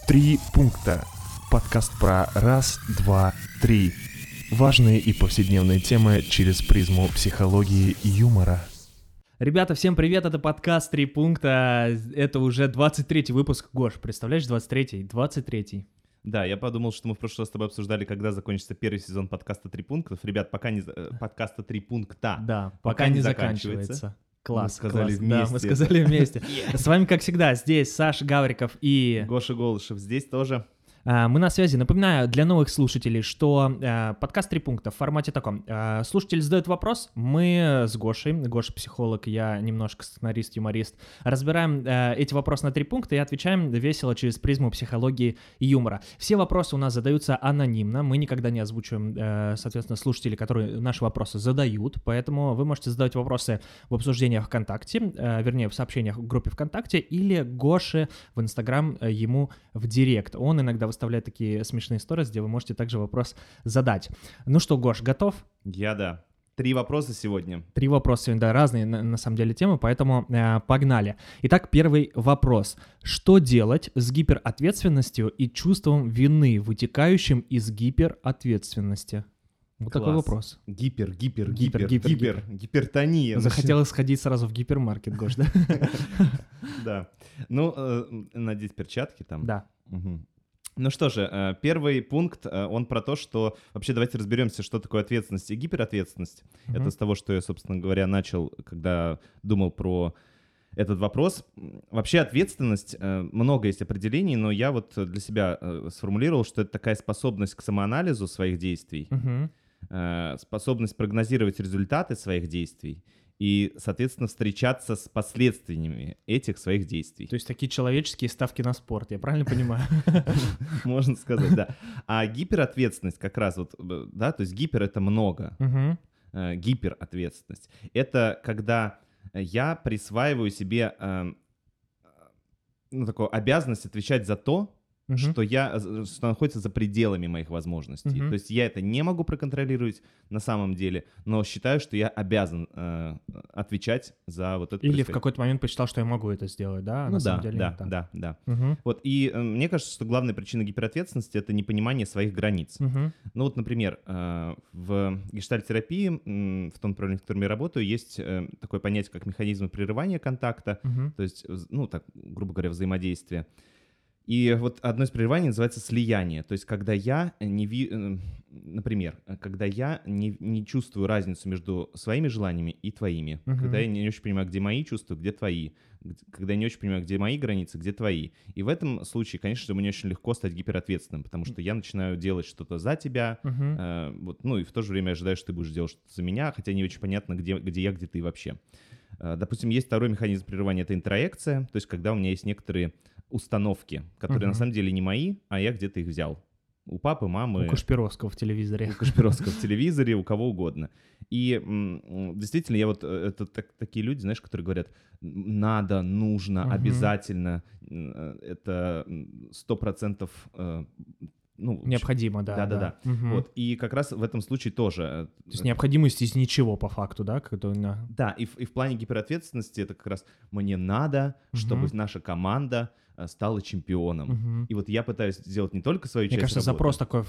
Три пункта. Подкаст про раз, два, три. Важные и повседневные темы через призму психологии и юмора. Ребята, всем привет, это подкаст «Три пункта», это уже 23-й выпуск. Гош, представляешь, 23-й? 23-й. Да, я подумал, что мы в прошлый раз с тобой обсуждали, когда закончится первый сезон подкаста «Три пунктов». Ребят, пока не... подкаста «Три пункта». Да, пока не заканчивается. Класс, мы сказали класс. вместе. Да, мы сказали вместе. С вами, как всегда, здесь Саша Гавриков и... Гоша Голышев здесь тоже. Мы на связи. Напоминаю для новых слушателей, что подкаст «Три пункта» в формате таком. Слушатель задает вопрос, мы с Гошей, Гоша психолог, я немножко сценарист, юморист, разбираем эти вопросы на 3 пункта и отвечаем весело через призму психологии и юмора. Все вопросы у нас задаются анонимно, мы никогда не озвучиваем, соответственно, слушателей, которые наши вопросы задают, поэтому вы можете задавать вопросы в обсуждениях ВКонтакте, вернее, в сообщениях в группе ВКонтакте или Гоше в Инстаграм ему в Директ. Он иногда выставляет такие смешные сторис, где вы можете также вопрос задать. Ну что, Гош, готов? Да. 3 вопроса сегодня. 3 вопроса сегодня, да, разные на самом деле темы, поэтому погнали. Итак, первый вопрос. Что делать с гиперответственностью и чувством вины, вытекающим из гиперответственности? Вот Класс. такой вопрос. Гипертония. Захотелось сходить сразу в гипермаркет, Гош, да? Да. Ну, надеть перчатки там. Да. Ну что же, первый пункт, он про то, что... Вообще давайте разберемся, что такое ответственность и гиперответственность. Это с того, что я, собственно говоря, начал, когда думал про этот вопрос. Вообще ответственность, много есть определений, но я вот для себя сформулировал, что это такая способность к самоанализу своих действий, способность прогнозировать результаты своих действий и, соответственно, встречаться с последствиями этих своих действий. То есть такие человеческие ставки на спорт, я правильно понимаю? Можно сказать, да. А гиперответственность как раз вот, да, то есть гипер — это много. Гиперответственность — это когда я присваиваю себе такую обязанность отвечать за то, что находится за пределами моих возможностей. То есть я это не могу проконтролировать на самом деле, но считаю, что я обязан отвечать за вот это. Или в какой-то момент посчитал, что я могу это сделать, да? А на самом деле нет, да. Вот, и мне кажется, что главная причина гиперответственности — это непонимание своих границ. Ну вот, например, в гештальт-терапии, в том направлении, в котором я работаю, есть такое понятие, как механизмы прерывания контакта, то есть, ну так, грубо говоря, взаимодействие. И вот одно из прерываний называется слияние. То есть когда я например, когда я не чувствую разницу между своими желаниями и твоими, когда я не очень понимаю, где мои чувства, где твои, когда я не очень понимаю, где мои границы, где твои. И в этом случае, конечно же, мне очень легко стать гиперответственным, потому что я начинаю делать что-то за тебя, вот, ну и в то же время ожидаю, что ты будешь делать что-то за меня, хотя не очень понятно, где я, где ты вообще. Допустим, есть второй механизм прерывания — это интроекция, то есть когда у меня есть некоторые установки, которые на самом деле не мои, а я где-то их взял. У папы, мамы. У Кашпировского в телевизоре. У Кашпировского в телевизоре, у кого угодно. И действительно, я вот... Это такие люди, знаешь, которые говорят, надо, нужно, обязательно, это 100%... необходимо, да. Да. Вот. И как раз в этом случае тоже... То есть необходимость из ничего по факту, да? Да, и в плане гиперответственности это как раз мне надо, чтобы наша команда стала чемпионом. И вот я пытаюсь сделать не только свою часть Мне кажется, работы. запрос такой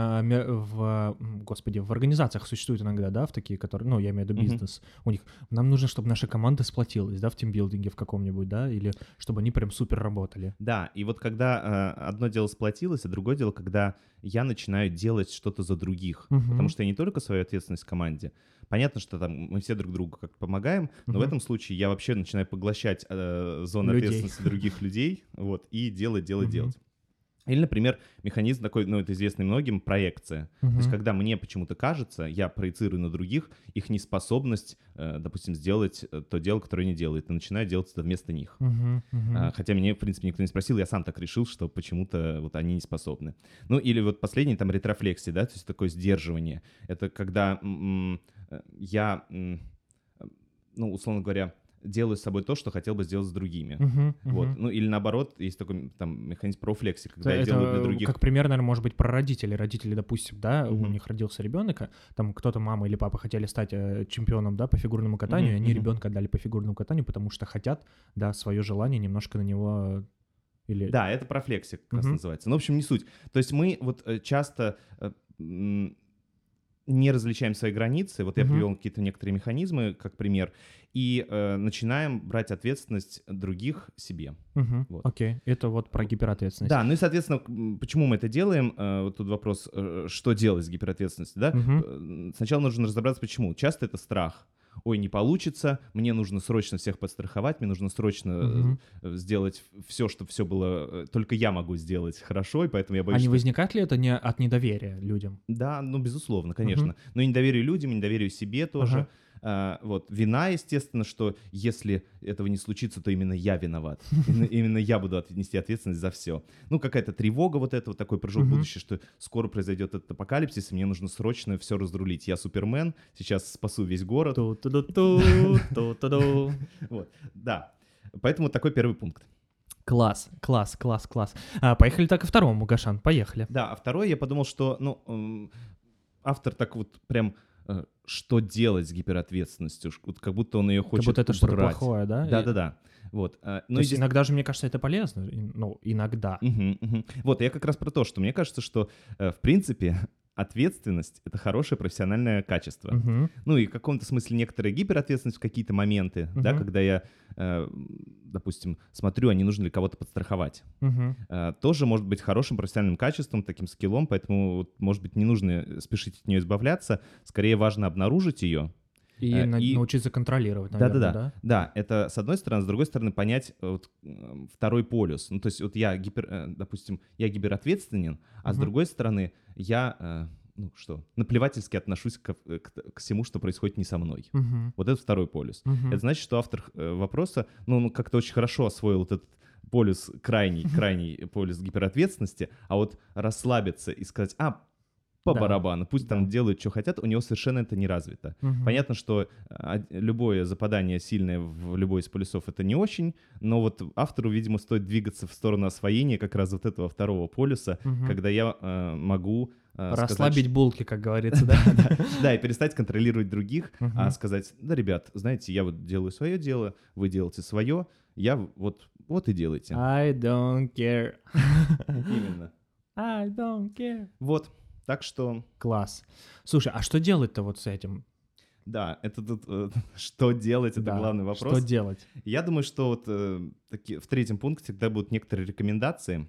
в организациях существует иногда, да, в такие, которые, я имею в виду бизнес. У них нам нужно, чтобы наша команда сплотилась, да, в тимбилдинге в каком-нибудь, да, или чтобы они прям супер работали. Да, и вот когда одно дело сплотилось, а другое дело, когда я начинаю делать что-то за других. Потому что я не только свою ответственность в команде. Понятно, что там мы все друг другу как-то помогаем, но в этом случае я вообще начинаю поглощать зону ответственности других людей, вот, и делать. Или, например, механизм такой, это известный многим, проекция. То есть когда мне почему-то кажется, я проецирую на других их неспособность, допустим, сделать то дело, которое они делают, и начинаю делать это вместо них. Хотя меня, в принципе, никто не спросил, я сам так решил, что почему-то вот они не способны. Ну, или вот последний, там, ретрофлексия, да, то есть такое сдерживание. Это когда я, условно говоря, делаю с собой то, что хотел бы сделать с другими. Вот. Ну, или наоборот, есть такой там механизм профлексии, когда я делаю для других. Как пример, наверное, может быть про родителей. Родители, допустим, да, у них родился ребенок, там кто-то, мама или папа хотели стать чемпионом, да, по фигурному катанию, и они ребенка отдали по фигурному катанию, потому что хотят, да, свое желание немножко на него Или... Да, это профлексия как раз называется. Ну, в общем, не суть. То есть мы вот часто не различаем свои границы. Вот я привел какие-то некоторые механизмы, как пример, и начинаем брать ответственность других себе. Вот. Окей, это вот про гиперответственность. Да, ну и, соответственно, почему мы это делаем? Вот тут вопрос, что делать с гиперответственностью, да? Сначала нужно разобраться, почему. Часто это страх. Ой, не получится, мне нужно срочно всех подстраховать, мне нужно срочно сделать все, чтобы все было... Только я могу сделать хорошо, и поэтому я боюсь... А не возникает ли это не от недоверия людям? Да, ну, безусловно, конечно. Но и недоверие людям, и недоверие себе тоже. Вот. Вина, естественно, что если этого не случится, то именно я виноват. Именно я буду нести ответственность за все. Ну, какая-то тревога вот этого, такой прыжок в будущее, что скоро произойдет этот апокалипсис, и мне нужно срочно все разрулить. Я Супермен, сейчас спасу весь город. Вот, да. Поэтому такой первый пункт. Класс. Поехали так и второму, Гошан, поехали. Да, а второй я подумал, что, ну, автор так вот прям... что делать с гиперответственностью, вот как будто он ее хочет как будто это убрать. Что-то плохое, да? Да. Вот. То есть иногда же, мне кажется, это полезно. Ну, иногда. Вот, я как раз про то, что мне кажется, что, в принципе, ответственность — это хорошее профессиональное качество. Ну и в каком-то смысле некоторая гиперответственность в какие-то моменты, да, когда я, допустим, смотрю, а не нужно ли кого-то подстраховать. Тоже может быть хорошим профессиональным качеством, таким скиллом, поэтому, вот, может быть, не нужно спешить от нее избавляться, скорее важно обнаружить ее. И научиться контролировать, наверное, Да, это с одной стороны, с другой стороны понять вот, второй полюс. Ну, то есть вот я, допустим, я гиперответственен, а с другой стороны я, наплевательски отношусь к всему, что происходит не со мной. Вот это второй полюс. Это значит, что автор вопроса, он как-то очень хорошо освоил вот этот полюс, крайний полюс гиперответственности, а вот расслабиться и сказать, по барабану, пусть там делают, что хотят, у него совершенно это не развито. Понятно, что любое западание сильное в любой из полюсов — это не очень, но вот автору, видимо, стоит двигаться в сторону освоения как раз вот этого второго полюса, когда я могу... расслабить булки, как говорится, да? Да, и перестать контролировать других, а сказать, да, ребят, знаете, я вот делаю свое дело, вы делаете свое, я вот и делайте. I don't care. Именно. I don't care. Вот. Так что... Класс. Слушай, а что делать-то вот с этим? Да, это тут что делать, это главный вопрос. Что делать? Я думаю, что вот в третьем пункте всегда будут некоторые рекомендации.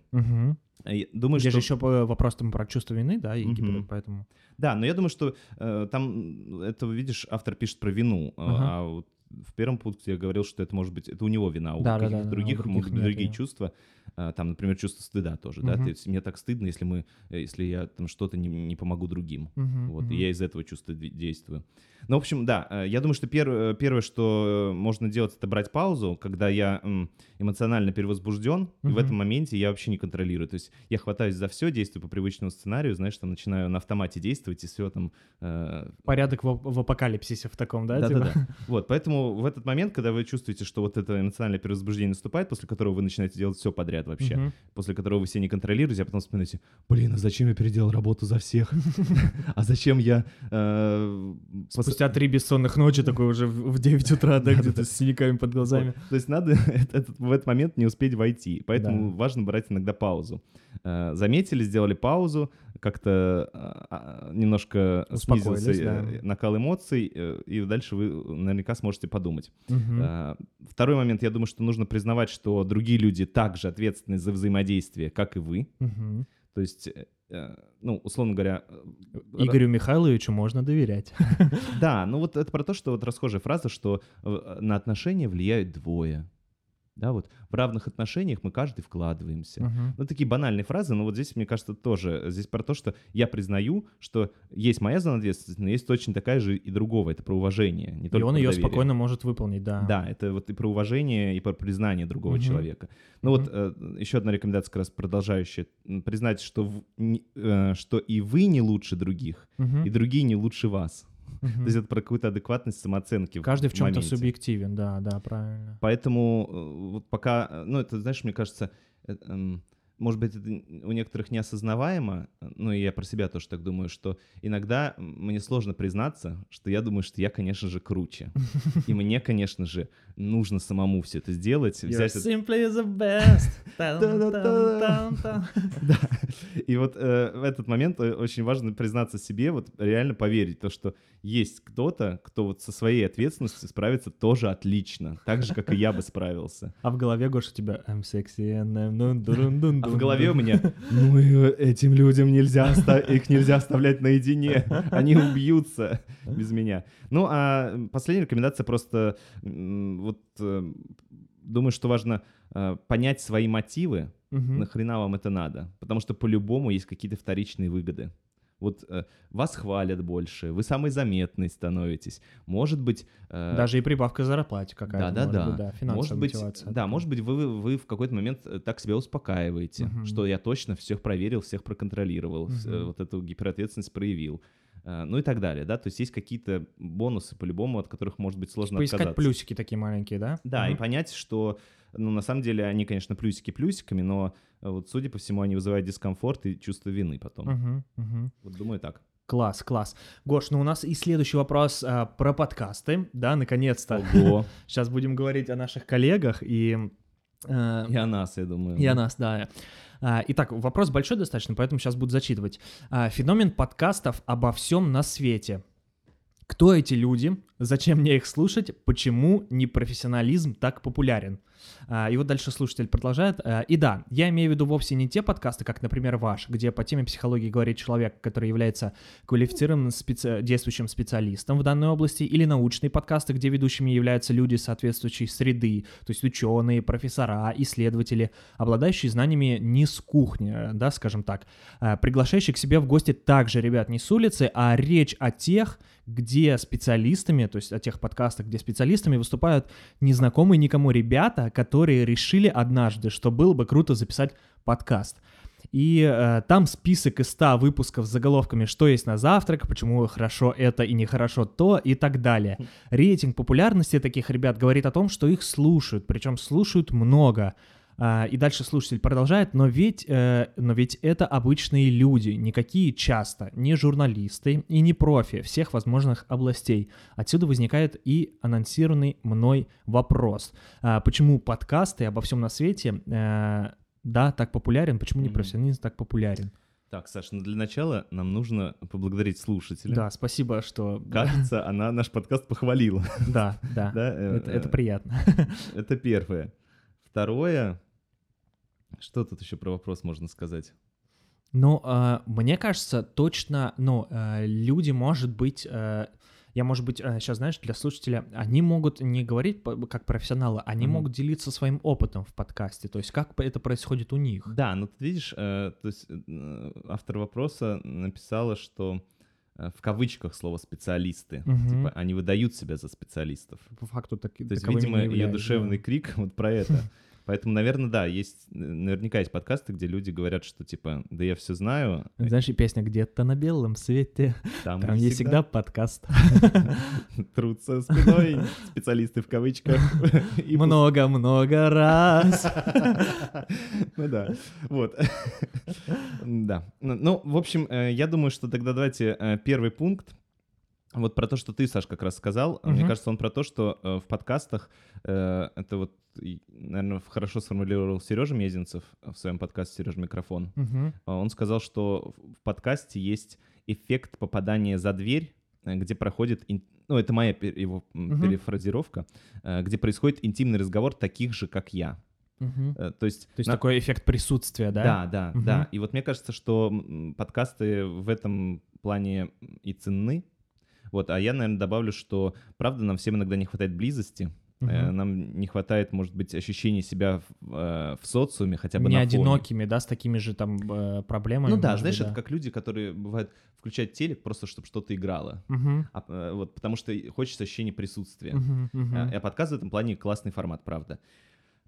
Думаю, Здесь же еще вопрос там про чувство вины, да, и поэтому... Да, но я думаю, что там, это, видишь, автор пишет про вину, а вот в первом пункте я говорил, что это может быть, это у него вина, у каких-то других могут быть другие чувства, там, например, чувство стыда тоже, да, мне так стыдно, если я там что-то не помогу другим, вот, и я из этого чувства действую. Ну, в общем, да, я думаю, что первое, что можно делать, это брать паузу, когда я эмоционально перевозбужден, и в этом моменте я вообще не контролирую, то есть я хватаюсь за все, действую по привычному сценарию, знаешь, там начинаю на автомате действовать, и все там... Порядок в апокалипсисе в таком, да? Да. Вот, поэтому в этот момент, когда вы чувствуете, что вот это эмоциональное перевозбуждение наступает, после которого вы начинаете делать все подряд вообще, после которого вы все не контролируете, а потом вспоминаете, а зачем я переделал работу за всех? А зачем я... Спустя 3 бессонных ночи, такой уже в 9 утра, да, где-то с синяками под глазами. То есть надо в этот момент не успеть войти, поэтому важно брать иногда паузу. Заметили, сделали паузу, как-то немножко снизился накал эмоций, и дальше вы наверняка сможете подумать. Второй момент, я думаю, что нужно признавать, что другие люди также ответственны за взаимодействие, как и вы. То есть, условно говоря... Игорю Михайловичу можно доверять. Да, вот это про то, что вот расхожая фраза, что на отношения влияют двое. Да, вот в равных отношениях мы каждый вкладываемся. Ну, такие банальные фразы, но вот здесь, мне кажется, тоже здесь про то, что я признаю, что есть моя зона ответственности, но есть точно такая же и другого. Это про уважение, не только и он про ее доверие. Спокойно может выполнить, да. Да, это вот и про уважение, и про признание другого человека. Ну вот еще одна рекомендация, как раз продолжающая. Признать, что и вы не лучше других, и другие не лучше вас. То есть это про какую-то адекватность самооценки. Каждый в чем-то субъективен, да, правильно. Поэтому вот пока, это, знаешь, мне кажется, может быть, это у некоторых неосознаваемо, ну, и я про себя тоже так думаю, что иногда мне сложно признаться, что я думаю, что я, конечно же, круче. И мне, конечно же, нужно самому все это сделать. You're simply the best. Да. И вот в этот момент очень важно признаться себе, вот реально поверить, то, что есть кто-то, кто вот со своей ответственностью справится тоже отлично, так же, как и я бы справился. А в голове, Гоша, у тебя I'm sexy and I'm А в голове у меня, ну этим людям их нельзя оставлять наедине, они убьются без меня. Ну, а последняя рекомендация просто, вот думаю, что важно понять свои мотивы, нахрена вам это надо, потому что по-любому есть какие-то вторичные выгоды. Вот вас хвалят больше, вы самый заметный становитесь. Может быть... Даже и прибавка к зарплате какая-то. Да. Финансовая мотивация. Да, может быть, вы в какой-то момент так себя успокаиваете, что я точно всех проверил, всех проконтролировал, вот эту гиперответственность проявил. Ну и так далее, да, то есть есть какие-то бонусы по-любому, от которых, может быть, сложно поискать отказаться. Плюсики такие маленькие, да? Да, и понять, что, ну, на самом деле, они, конечно, плюсики плюсиками, но вот, судя по всему, они вызывают дискомфорт и чувство вины потом. Вот думаю так. Класс. Гош, ну у нас и следующий вопрос про подкасты, да, наконец-то. Ого. Сейчас будем говорить о наших коллегах и... И о нас, я думаю. И о нас, да. Итак, вопрос большой достаточно, поэтому сейчас буду зачитывать. Феномен подкастов обо всем на свете. Кто эти люди? Зачем мне их слушать? Почему непрофессионализм так популярен? И вот дальше слушатель продолжает. И да, я имею в виду вовсе не те подкасты, как, например, ваш, где по теме психологии говорит человек, который является квалифицированным действующим специалистом в данной области, или научные подкасты, где ведущими являются люди соответствующей среды, то есть ученые, профессора, исследователи, обладающие знаниями не с кухни, да, скажем так, приглашающие к себе в гости также ребят не с улицы, а речь о тех, где специалистами, то есть о тех подкастах, где специалистами выступают незнакомые никому ребята, которые решили однажды, что было бы круто записать подкаст. И там список из 100 выпусков с заголовками «Что есть на завтрак?», «Почему хорошо это и нехорошо то?» и так далее. Рейтинг популярности таких ребят говорит о том, что их слушают, причем слушают много. И дальше слушатель продолжает, но ведь это обычные люди, никакие часто, не журналисты и не профи всех возможных областей. Отсюда возникает и анонсированный мной вопрос. Почему подкасты обо всем на свете, да, так популярен, почему непрофессионализм так популярен? Так, Саша, ну для начала нам нужно поблагодарить слушателя. Да, спасибо, что... Кажется, она наш подкаст похвалила. Да, это приятно. Это первое. Второе... Что тут еще про вопрос можно сказать? Ну, мне кажется, точно, люди, может быть, сейчас, знаешь, для слушателя, они могут не говорить как профессионалы, они могут делиться своим опытом в подкасте, то есть как это происходит у них. Да, ну ты видишь, то есть автор вопроса написала, что в кавычках слово «специалисты», типа они выдают себя за специалистов. По факту так. То есть, видимо, ее душевный крик вот про это. Поэтому, наверное, да, наверняка есть подкасты, где люди говорят, что типа, да я все знаю. Знаешь, и песня «Где-то на белом свете», там есть всегда подкаст. Трутся спиной специалисты в кавычках. Много-много раз. Ну да, вот. Да. Ну, в общем, я думаю, что тогда давайте первый пункт. Вот про то, что ты, Саш, как раз сказал, мне кажется, он про то, что в подкастах, это вот, наверное, хорошо сформулировал Сережа Мезенцев в своем подкасте «Сережа Микрофон». Он сказал, что в подкасте есть эффект попадания за дверь, где проходит, ну, это моя его перефразировка, где происходит интимный разговор таких же, как я. То есть такой эффект присутствия, да? Да. И вот мне кажется, что подкасты в этом плане и ценны. Вот, а я, наверное, добавлю, что, правда, нам всем иногда не хватает близости, нам не хватает, может быть, ощущения себя в социуме, хотя бы не на фоне. одинокими, да, с такими же там проблемами. Ну да, знаешь, это как люди, которые, бывает, включают телек просто, чтобы что-то играло, вот, потому что хочется ощущения присутствия. А подкаст в этом плане классный формат, правда.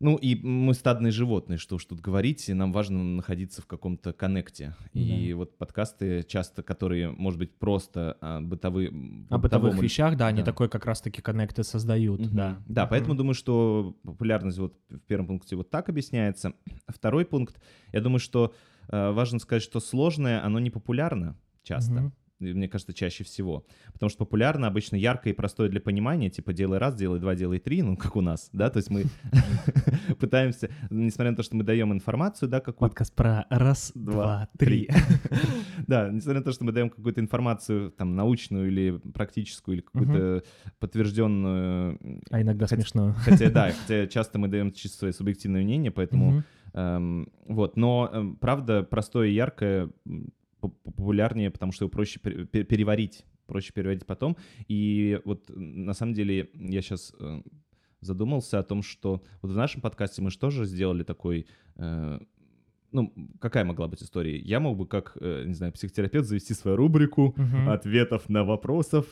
Ну и мы стадные животные, что уж тут говорить, и нам важно находиться в каком-то коннекте. И вот подкасты часто, которые, может быть, просто о бытовых вещах, да, они такой как раз-таки коннекты создают, да. Да, поэтому думаю, что популярность вот в первом пункте вот так объясняется. Второй пункт, я думаю, что важно сказать, что сложное, оно не популярно часто. Мне кажется, чаще всего. Потому что популярно обычно яркое и простое для понимания, типа делай раз, делай два, делай три, ну, как у нас, да, то есть мы пытаемся, несмотря на то, что мы даем информацию, да, какую-то... Подкаст про раз, два, три. Да, несмотря на то, что мы даем какую-то информацию, там, научную или практическую, или какую-то подтвержденную... А иногда смешную. Хотя часто мы даем чисто свое субъективное мнение, поэтому... Вот, но, правда, простое и яркое популярнее, потому что его проще переварить потом. И вот на самом деле я сейчас задумался о том, что вот в нашем подкасте мы же тоже сделали такой... Ну, какая могла быть история? Я мог бы, как, не знаю, психотерапевт, завести свою рубрику ответов на вопросы,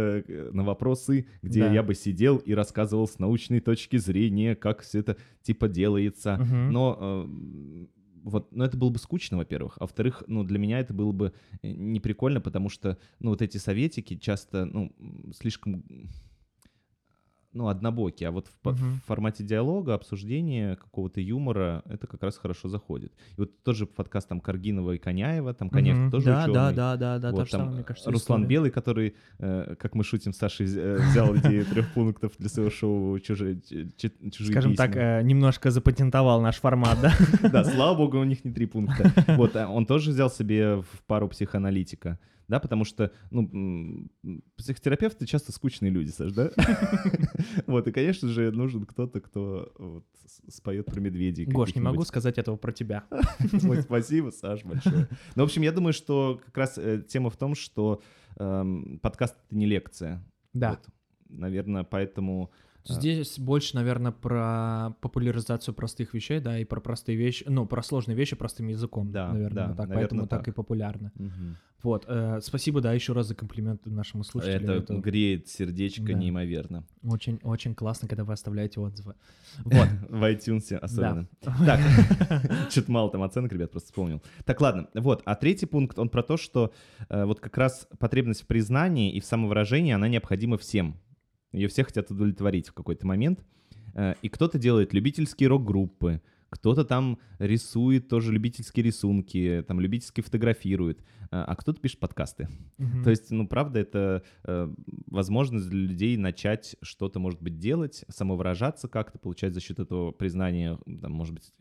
где я бы сидел и рассказывал с научной точки зрения, как все это типа делается. Но это было бы скучно, во-первых. А во-вторых, ну, для меня это было бы не прикольно, потому что, ну, вот эти советики часто, ну, слишком... ну, однобокий, а вот в формате диалога, обсуждения, какого-то юмора это как раз хорошо заходит. И вот тот же подкаст там Каргинова и Коняева, там Коняев тоже ученый. Да, вот, там, мне кажется, Руслан история. Белый, который, как мы шутим с Сашей, взял идею 3 пунктов для своего шоу «Чужие Скажем письма». так, немножко запатентовал наш формат, да? Да, слава богу, у них не 3 пункта. Вот, он тоже взял себе в пару психоаналитика. Да, потому что, ну, психотерапевты часто скучные люди, Саш, да? Вот, и, конечно же, нужен кто-то, кто споет про медведей. Гош, не могу сказать этого про тебя. Ой, спасибо, Саш, большое. Ну, в общем, я думаю, что как раз тема в том, что подкаст — это не лекция. Да. Наверное, поэтому... Здесь больше, наверное, про популяризацию простых вещей, да, и про простые вещи, ну, про сложные вещи простым языком, да, наверное, да, так, наверное, поэтому так и популярно. Вот, спасибо, да, еще раз за комплимент нашему слушателю. Это греет сердечко неимоверно. Очень, очень классно, когда вы оставляете отзывы. Вот. В iTunes особенно. Так, что-то мало там оценок, ребят, просто вспомнил. Так, ладно, вот, а третий пункт, он про то, что вот как раз потребность в признании и в самовыражении, она необходима всем. Ее все хотят удовлетворить в какой-то момент. И кто-то делает любительские рок-группы, кто-то там рисует тоже любительские рисунки, там любительски фотографирует, а кто-то пишет подкасты. То есть, ну, правда, это возможность для людей начать что-то, может быть, делать, самовыражаться как-то, получать за счет этого признания, там, может быть,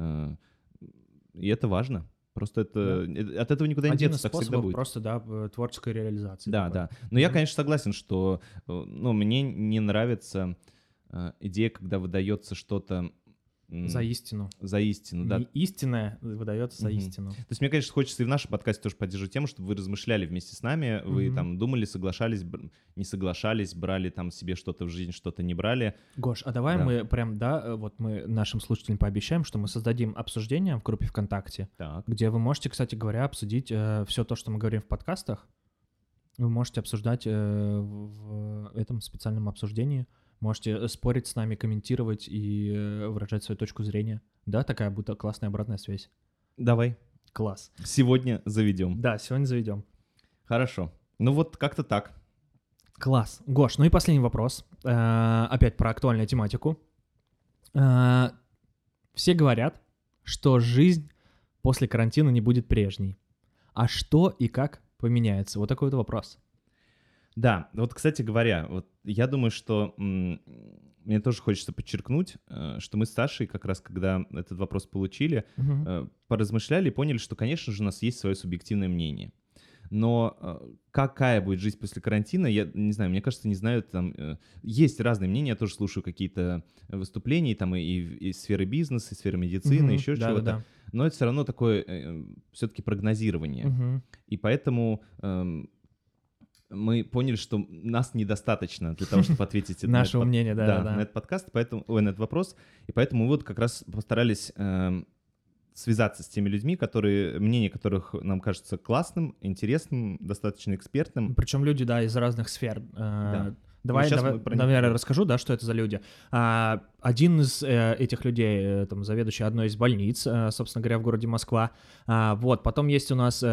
и это важно. Просто это от этого никуда не деться, так всегда будет. Просто, да, творческой реализации. Да, такой. Да. Но я, конечно, согласен, что, ну, мне не нравится идея, когда выдается что-то... За истину. За истину, да. Истинное выдается за истину. То есть мне, конечно, хочется и в нашем подкасте тоже поддерживать тему, чтобы вы размышляли вместе с нами, вы там думали, соглашались, не соглашались, брали там себе что-то в жизнь, что-то не брали. Гош, а давай мы прям, да, вот мы нашим слушателям пообещаем, что мы создадим обсуждение в группе ВКонтакте, где вы можете, кстати говоря, обсудить все то, что мы говорим в подкастах, вы можете обсуждать в этом специальном обсуждении. Можете спорить с нами, комментировать и выражать свою точку зрения. Да, такая будет классная обратная связь. Давай. Класс. Сегодня заведем. Да, сегодня заведем. Хорошо. Ну вот как-то так. Класс. Гош, ну и последний вопрос. Опять про актуальную тематику. Все говорят, что жизнь после карантина не будет прежней. А что и как поменяется? Вот такой вот вопрос. Да, вот, кстати говоря, вот я думаю, что мне тоже хочется подчеркнуть, что мы с Сашей как раз, когда этот вопрос получили, поразмышляли и поняли, что, конечно же, у нас есть свое субъективное мнение. Но какая будет жизнь после карантина, я не знаю, мне кажется, не знаю, там есть разные мнения, я тоже слушаю какие-то выступления там и из сферы бизнеса, из сферы медицины, еще чего-то. Да. Но это все равно такое все-таки прогнозирование. И поэтому... мы поняли, что нас недостаточно для того, чтобы ответить на этот подкаст, на этот вопрос. И поэтому мы вот как раз постарались связаться с теми людьми, мнение которых нам кажется классным, интересным, достаточно экспертным. Причем люди, да, из разных сфер. Давай, наверное, расскажу, да, что это за люди. Один из этих людей, там, заведующий одной из больниц, собственно говоря, в городе Москва. Вот, потом есть у нас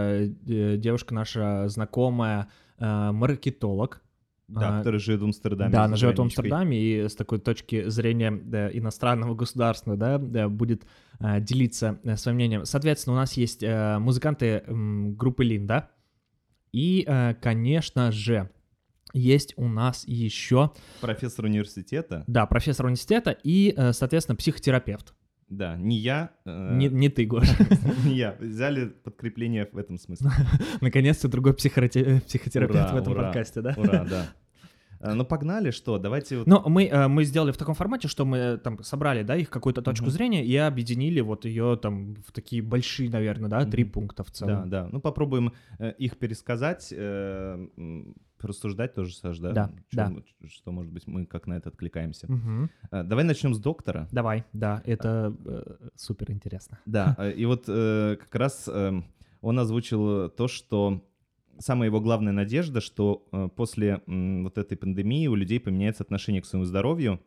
девушка наша знакомая, маркетолог. Да, которая живет в Амстердаме. Да, она живет в Амстердаме, и с такой точки зрения иностранного государства, да, будет делиться своим мнением. Соответственно, у нас есть музыканты группы Линда, и, конечно же, есть у нас еще... Профессор университета. Да, профессор университета и, соответственно, психотерапевт. Да, не я. Не ты, Гоша. Не я. Взяли подкрепление в этом смысле. Наконец-то другой психотерапевт в этом подкасте, да? Ура, да. Ну, погнали, что? Давайте... Ну, мы сделали в таком формате, что мы там собрали, да, их какую-то точку зрения и объединили вот ее там в такие большие, наверное, да, 3 пункта в целом. Да. Ну, попробуем их пересказать, порассуждать тоже, Саш, да? Да. Что, может быть, мы как на это откликаемся. Давай начнем с доктора. Давай, да, это супер интересно. Да, и вот как раз он озвучил то, что самая его главная надежда, что после вот этой пандемии у людей поменяется отношение к своему здоровью,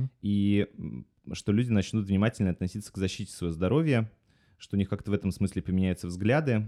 и что люди начнут внимательно относиться к защите своего здоровья, что у них как-то в этом смысле поменяются взгляды.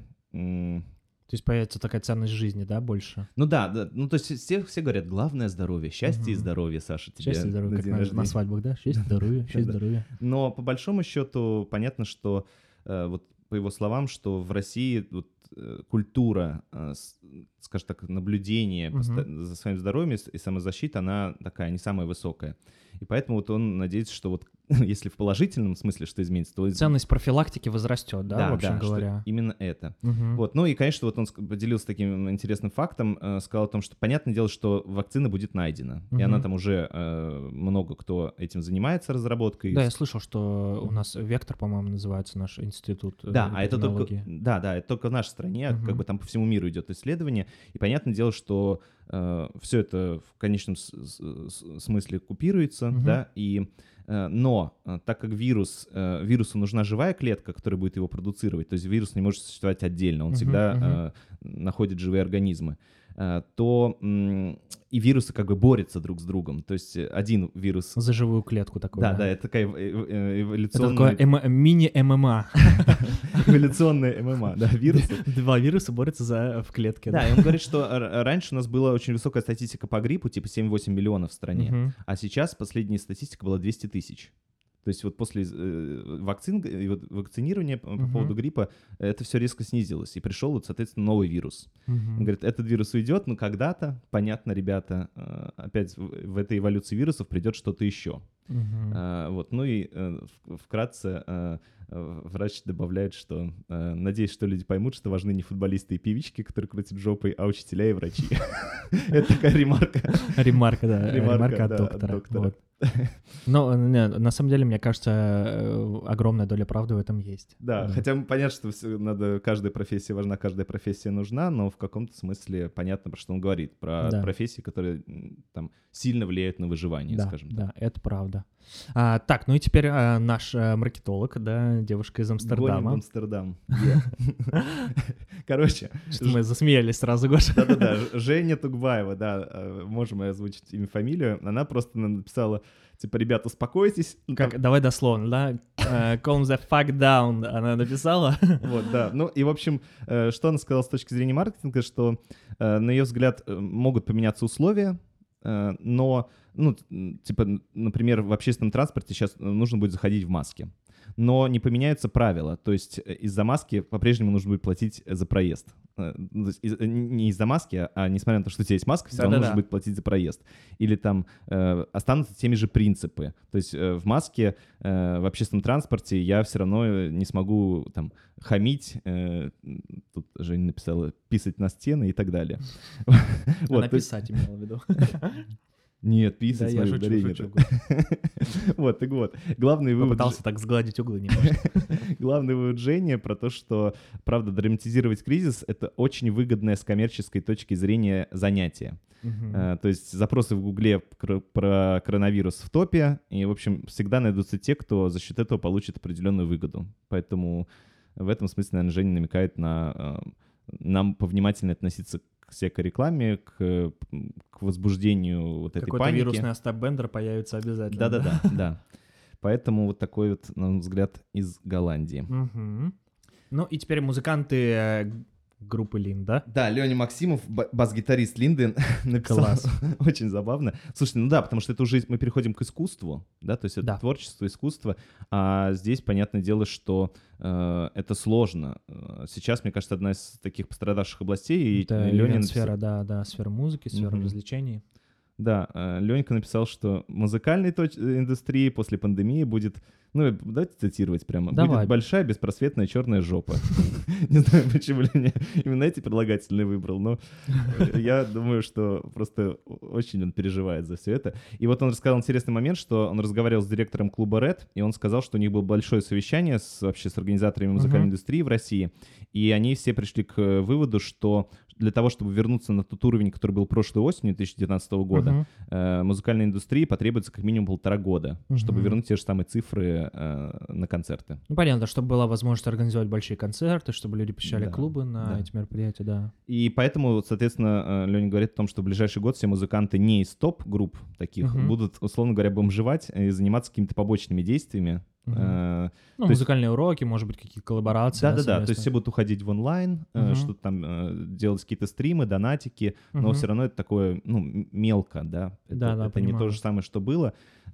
То есть появится такая ценность жизни, да, больше? Ну да, ну то есть все говорят, главное здоровье, счастье и здоровье, Саша, тебе. Счастье и здоровье, как на свадьбах, да? Счастье, здоровье, счастье, здоровье. Но по большому счету понятно, что вот по его словам, что в России вот, культура, скажем так, наблюдения за своим здоровьем и самозащита, она такая не самая высокая. И поэтому вот он надеется, что вот если в положительном смысле что изменится, то... Ценность профилактики возрастет, да, в общем говоря? Что именно это. Вот. Ну и, конечно, вот он поделился таким интересным фактом, сказал о том, что понятное дело, что вакцина будет найдена. И она там уже много кто этим занимается, разработкой. Да, я слышал, что у нас Вектор, по-моему, называется наш институт. Да, а это только... Да, это только в нашей стране, как бы там по всему миру идет исследование. И понятное дело, что все это в конечном смысле купируется, да, и... Но так как вирусу нужна живая клетка, которая будет его продуцировать, то есть вирус не может существовать отдельно, он всегда находит живые организмы, то и вирусы как бы борются друг с другом. То есть один вирус... За живую клетку такой. Да, это такая эволюционная... Это такое мини-ММА. Эволюционная ММА, да, вирусы. 2 вируса борются в клетке. Да, и он говорит, что раньше у нас была очень высокая статистика по гриппу, типа 7-8 миллионов в стране, а сейчас последняя статистика была 200 тысяч. То есть вот после вакцинирования по поводу гриппа это все резко снизилось. И пришел вот, соответственно, новый вирус. Он говорит, этот вирус уйдет, но когда-то, понятно, ребята, опять в этой эволюции вирусов придет что-то еще. Вот. Ну и вкратце врач добавляет, что надеюсь, что люди поймут, что важны не футболисты и певички, которые крутят жопой, а учителя и врачи. Это такая ремарка. Ремарка, да. Ремарка от доктора. Но на самом деле, мне кажется, огромная доля правды в этом есть. Да, хотя понятно, что каждая профессия важна, каждая профессия нужна, но в каком-то смысле понятно, про что он говорит. Про профессии, которые там сильно влияют на выживание, скажем так. Да, это правда. Так, ну и теперь наш маркетолог, да, девушка из Амстердама. Гоним в Амстердам. Короче. Что мы засмеялись сразу, Гоша. Да-да-да, Женя Тугбаева, да, можем озвучить имя, фамилию. Она просто написала, типа, ребята, успокойтесь. Давай дословно, да? Calm the fuck down, она написала. Вот, да. Ну и, в общем, что она сказала с точки зрения маркетинга, что, на ее взгляд, могут поменяться условия, но, ну, типа, например, в общественном транспорте сейчас нужно будет заходить в маске. Но не поменяются правила. То есть из-за маски по-прежнему нужно будет платить за проезд. Не из-за маски, а несмотря на то, что у тебя есть маска, все равно нужно будет платить за проезд. Или там останутся теми же принципы. То есть в маске в общественном транспорте я все равно не смогу там хамить, тут Женя написала, писать на стены и так далее. Она писать имела в виду. Нет, писать, да, я шучу. Вот, так вот. Главный вывод... Попытался так сгладить углы немножко. Главный вывод Жени про то, что, правда, драматизировать кризис — это очень выгодное с коммерческой точки зрения занятие. То есть запросы в Гугле про коронавирус в топе, и, в общем, всегда найдутся те, кто за счет этого получит определенную выгоду. Поэтому в этом смысле, наверное, Женя намекает на нам повнимательнее относиться к всякой рекламе, к возбуждению вот этой Какой-то паники. вирусный Остап Бендер появится обязательно. Да. Поэтому вот такой вот, на мой взгляд, из Голландии. Угу. Ну и теперь музыканты группы Линда. Да, Леня Максимов, бас-гитарист Линды, написал. Класс. Очень забавно. Слушайте, ну да, потому что это уже мы переходим к искусству, да, то есть это творчество, искусство, а здесь понятное дело, что это сложно. Сейчас, мне кажется, одна из таких пострадавших областей. Это сфера, сфера музыки, сфера развлечений. Да, Ленька написал, что музыкальной индустрии после пандемии будет, ну, давайте цитировать прямо, будет большая беспросветная черная жопа. Не знаю, почему Леня именно эти прилагательные выбрал, но я думаю, что просто очень он переживает за все это. И вот он рассказал интересный момент, что он разговаривал с директором клуба Red, и он сказал, что у них было большое совещание вообще с организаторами музыкальной индустрии в России, и они все пришли к выводу, что для того, чтобы вернуться на тот уровень, который был прошлой осенью 2019 года, музыкальной индустрии потребуется как минимум 1,5 года, чтобы вернуть те же самые цифры на концерты. Ну, понятно, чтобы была возможность организовать большие концерты, чтобы люди посещали клубы на эти мероприятия, да. И поэтому, соответственно, Леня говорит о том, что в ближайший год все музыканты не из топ-групп таких будут, условно говоря, бомжевать и заниматься какими-то побочными действиями. Музыкальные уроки, может быть, какие-то коллаборации. Да, то есть все будут уходить в онлайн, что-то там делать какие-то стримы, донатики, но все равно это такое, ну, мелко, да. Это не то же самое, что было.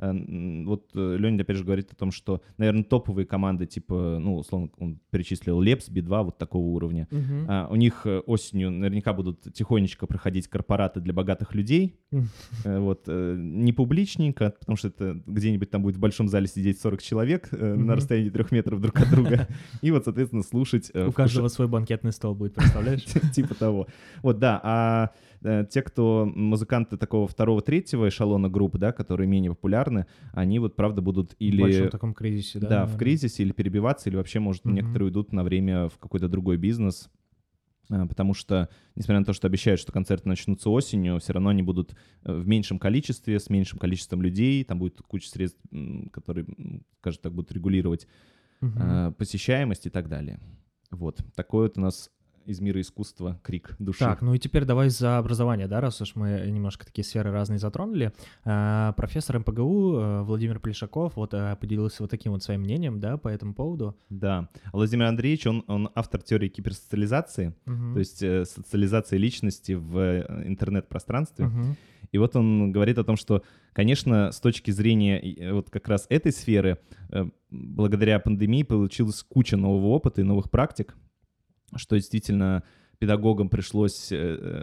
Вот Леня опять же говорит о том, что, наверное, топовые команды, типа, ну, условно, он перечислил Лепс, Би-2, вот такого уровня. У них осенью наверняка будут тихонечко проходить корпораты для богатых людей. Вот, не публичненько, потому что это где-нибудь там будет в большом зале сидеть 40 человек на расстоянии 3 метров друг от друга. И вот, соответственно, слушать... У каждого свой банкетный стол будет, представляешь? Типа того. Вот, да, а те, кто музыканты такого 2-3 эшелона групп, да, которые менее популярны, они вот, правда, будут или... В большом таком кризисе, да? Да, в кризисе, или перебиваться, или вообще, может, некоторые уйдут на время в какой-то другой бизнес, потому что, несмотря на то, что обещают, что концерты начнутся осенью, все равно они будут в меньшем количестве, с меньшим количеством людей, там будет куча средств, которые, скажем так, будут регулировать посещаемость и так далее. Вот, такой вот у нас из мира искусства крик души. Так, ну и теперь давай за образование, да, раз уж мы немножко такие сферы разные затронули. Профессор МПГУ Владимир Плешаков вот поделился вот таким вот своим мнением, да, по этому поводу. Да, Владимир Андреевич, он автор теории киберсоциализации, то есть социализации личности в интернет-пространстве. И вот он говорит о том, что, конечно, с точки зрения вот как раз этой сферы, благодаря пандемии получилась куча нового опыта и новых практик, что действительно педагогам пришлось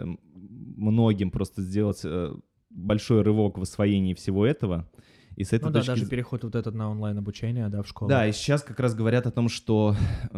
многим просто сделать большой рывок в освоении всего этого. И с этой точки... даже переход вот этот на онлайн-обучение, да, в школу. Да, и сейчас как раз говорят о том, что,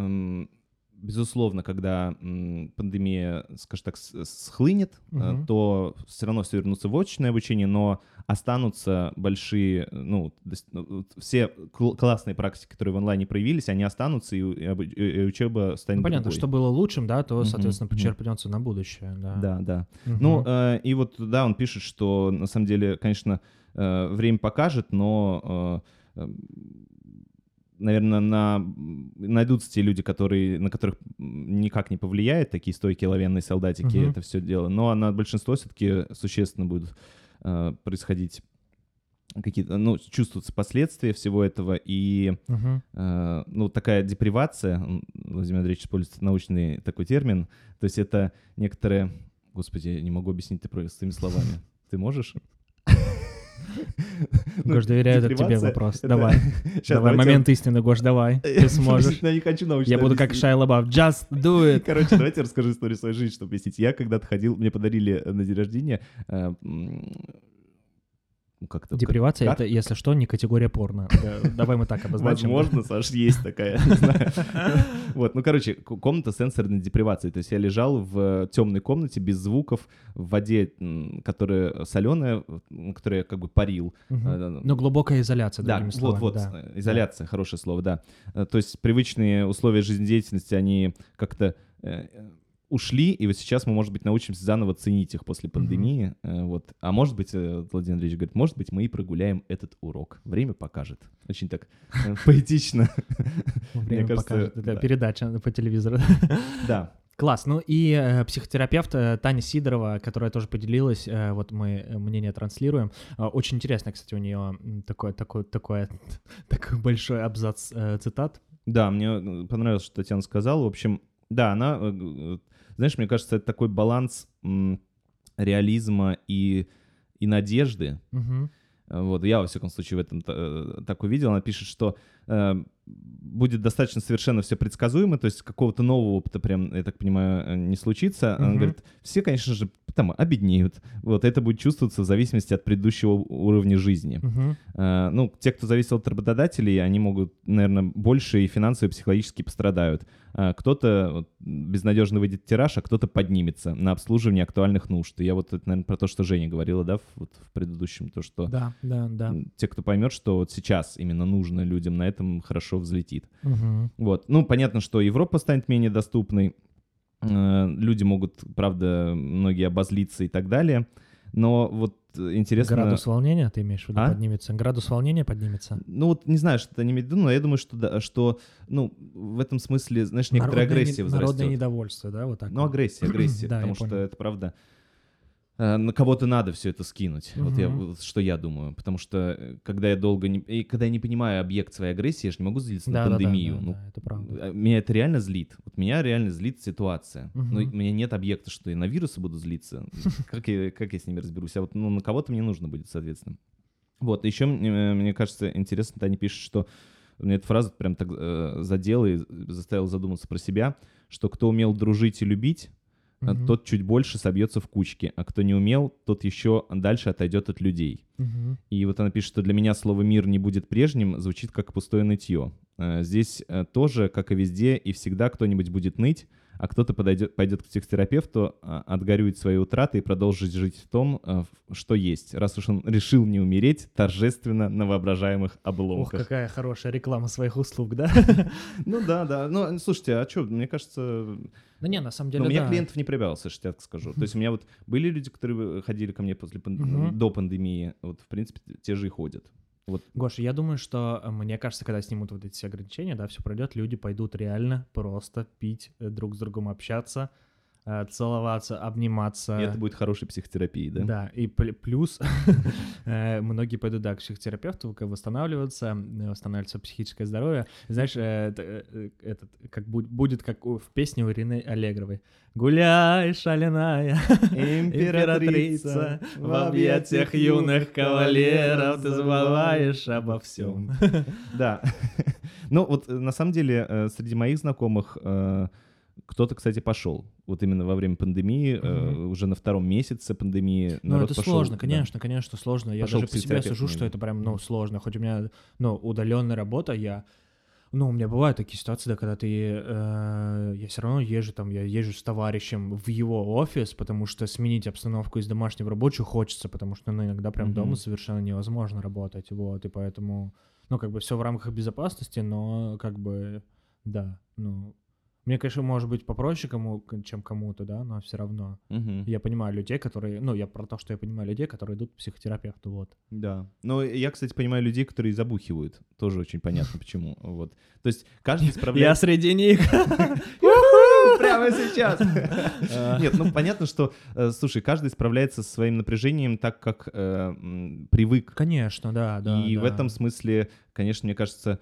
безусловно, когда пандемия, скажем так, схлынет, то все равно все вернутся в очное обучение, но останутся большие, ну, все классные практики, которые в онлайне проявились, они останутся, и учеба станет понятно, другой. что было лучшим, да, то, соответственно, почерпнется на будущее. Да. Ну, и вот, да, он пишет, что, на самом деле, конечно, время покажет, но... наверное, найдутся те люди, на которых никак не повлияет, такие стойкие оловянные солдатики, это все дело. Но на большинство все-таки существенно будут происходить какие-то, ну, чувствуются последствия всего этого. И, ну, такая депривация, Владимир Андреевич использует научный такой термин, то есть это некоторые... Господи, я не могу объяснить это простыми словами. Ты можешь? Гош, доверяю это тебе вопрос. Давай. Давай, момент истины, Гош, давай. Ты сможешь. Я не хочу научно. Я буду как Шайа Лабаф. Just do it. Короче, давайте я расскажу историю своей жизни, чтобы объяснить. Я когда-то ходил, мне подарили на день рождения... Депривация — это, если что, не категория порно. Давай мы так обозначим. Возможно, Саш, есть такая, не знаю. Вот, ну, короче, комната сенсорной депривации. То есть я лежал в темной комнате без звуков, в воде, которая соленая, которую я как бы парил. Ну, глубокая изоляция, другими словами. Вот, изоляция, хорошее слово, да. То есть привычные условия жизнедеятельности, они как-то... ушли, и вот сейчас мы, может быть, научимся заново ценить их после пандемии. Вот. А может быть, Владимир Андреевич говорит, может быть, мы и прогуляем этот урок. Время покажет. Очень так поэтично. Время покажет. Это передача по телевизору. Да. Класс. Ну и психотерапевт Таня Сидорова, которая тоже поделилась, вот мы мнение транслируем. Очень интересно, кстати, у нее такой большой абзац цитат. Да, мне понравилось, что Татьяна сказала. В общем, да, она, знаешь, мне кажется, это такой баланс реализма и надежды. Вот, я, во всяком случае, в этом так увидел. Она пишет, что будет достаточно совершенно все предсказуемо, то есть какого-то нового опыта прям, я так понимаю, не случится. Она говорит, все, конечно же, там обеднеют. Вот, это будет чувствоваться в зависимости от предыдущего уровня жизни. Ну, те, кто зависел от работодателей, они могут, наверное, больше и финансово, и психологически пострадают. Кто-то безнадежно выйдет в тираж, а кто-то поднимется на обслуживание актуальных нужд. И я вот это, наверное, про то, что Женя говорила, да, вот в предыдущем, то, что да. те, кто поймет, что вот сейчас именно нужно людям, на этом хорошо взлетит. Вот. Ну, понятно, что Европа станет менее доступной, люди могут, правда, многие обозлиться и так далее, но вот интересно... Градус волнения, ты имеешь в виду, поднимется? Градус волнения поднимется? Ну вот не знаю, что это не имеет в виду, но я думаю, что, да, что ну, в этом смысле, знаешь, некоторая агрессия возрастет. Народное недовольство, да, вот так? Ну, агрессия, да, потому что это правда... На кого-то надо все это скинуть, что я думаю, потому что когда я когда я не понимаю объект своей агрессии, я же не могу злиться на пандемию. Да, это правда. Меня это реально злит. Вот меня реально злит ситуация. Но у меня нет объекта, что я на вирусы буду злиться. Как я с ними разберусь? А вот на кого-то мне нужно будет, соответственно. Вот, еще мне кажется интересно, Таня пишет, что мне эта фраза прям так задела и заставила задуматься про себя, что кто умел дружить и любить, тот чуть больше собьется в кучке, а кто не умел, тот еще дальше отойдет от людей. И вот она пишет, что для меня слово «мир не будет прежним» звучит как пустое нытье. Здесь тоже, как и везде, и всегда кто-нибудь будет ныть, а кто-то пойдет к психотерапевту, отгорюет свои утраты и продолжит жить в том, что есть, раз уж он решил не умереть торжественно на воображаемых обломках. Ох, какая хорошая реклама своих услуг, да? Ну да. Ну, слушайте, а что, мне кажется... Ну не, на самом деле, у меня клиентов не прибавилось, я так скажу. То есть у меня вот были люди, которые ходили ко мне до пандемии, вот в принципе те же и ходят. Вот. Гоша, я думаю, что, мне кажется, когда снимут вот эти все ограничения, да, все пройдет, люди пойдут реально просто пить, друг с другом общаться, целоваться, обниматься. И это будет хорошей психотерапией, да? Да, и плюс многие пойдут, да, к психотерапевту, восстанавливаться психическое здоровье. Знаешь, как будет как в песне у Ирины Аллегровой. «Гуляй, шаленая императрица, в объятиях юных кавалеров ты забываешь обо всем». Да. Ну вот на самом деле среди моих знакомых кто-то, кстати, пошел. Вот именно во время пандемии, уже на 2-м месяце пандемии народ это пошел. Сложно, конечно, сложно. Я даже по себе сужу, что это прям, сложно. Хоть у меня, удаленная работа, у меня бывают такие ситуации, да, когда я все равно езжу с товарищем в его офис, потому что сменить обстановку из домашней в рабочую хочется, потому что, иногда прям дома совершенно невозможно работать, вот, и поэтому, все в рамках безопасности, но, да, мне, конечно, может быть попроще чем кому-то, да, но все равно. Я понимаю людей, которые... я про то, что я понимаю людей, которые идут к психотерапевту, вот. Да. Но я, кстати, понимаю людей, которые забухивают. Тоже очень понятно, почему. Вот. То есть каждый справляется... Я среди них. Прямо сейчас. Нет, понятно, что, слушай, каждый справляется со своим напряжением так, как привык. Конечно, да. И в этом смысле, конечно, мне кажется,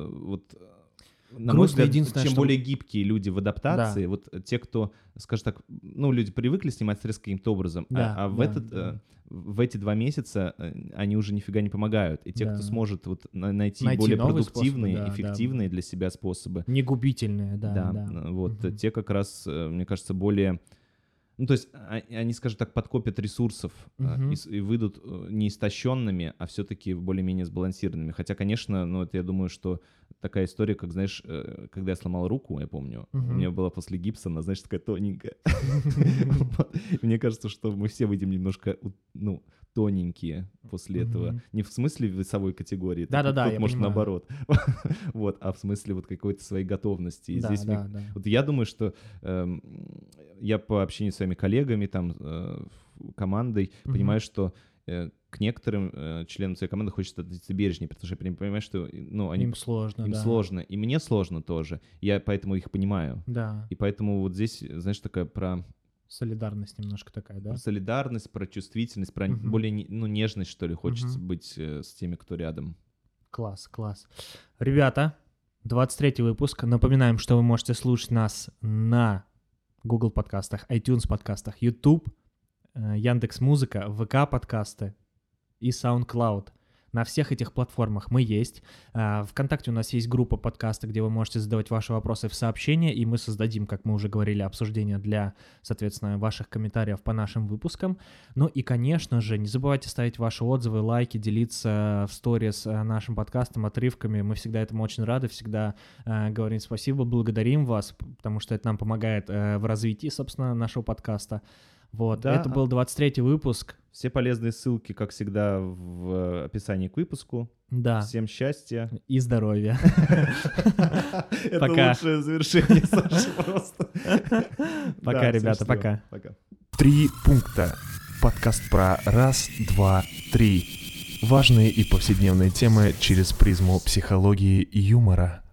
на мой взгляд, чем более гибкие люди в адаптации, вот те, кто, скажем так, люди привыкли снимать стресс каким-то образом, в эти 2 месяца они уже нифига не помогают. И те, кто сможет найти более продуктивные, эффективные для себя способы. Не губительные, те как раз, мне кажется, более... то есть они, скажем так, подкопят ресурсов и выйдут не истощенными, а все-таки более-менее сбалансированными. Хотя, конечно, это я думаю, что такая история, как, знаешь, когда я сломал руку, я помню, у меня была после гипса, она, знаешь, такая тоненькая. Мне кажется, что мы все выйдем немножко, тоненькие после этого. Не в смысле весовой категории, тут может наоборот, а в смысле какой-то своей готовности. И здесь я думаю, что я по общению с своими коллегами, командой, понимаю, что к некоторым членам своей команды хочется относиться бережнее, потому что я понимаю, что им сложно, им сложно, и мне сложно тоже. Я поэтому их понимаю. Да. И поэтому вот здесь, знаешь, такая про... Солидарность немножко такая, да? Про солидарность, про чувствительность, про более нежность, что ли, хочется быть с теми, кто рядом. Класс. Ребята, 23-й выпуск. Напоминаем, что вы можете слушать нас на Google подкастах, iTunes подкастах, YouTube, Яндекс.Музыка, ВК подкасты и SoundCloud. На всех этих платформах мы есть. ВКонтакте у нас есть группа подкаста, где вы можете задавать ваши вопросы в сообщения, и мы создадим, как мы уже говорили, обсуждение для, соответственно, ваших комментариев по нашим выпускам. Ну и, конечно же, не забывайте ставить ваши отзывы, лайки, делиться в сторис нашим подкастом, отрывками. Мы всегда этому очень рады, всегда говорим спасибо, благодарим вас, потому что это нам помогает в развитии, собственно, нашего подкаста. Вот, да, это был 23-й выпуск. Все полезные ссылки, как всегда, в описании к выпуску. Да. Всем счастья. И здоровья. Это лучшее завершение, Саша, просто. Пока, ребята, пока. 3 пункта. Подкаст про раз, два, три. Важные и повседневные темы через призму психологии и юмора.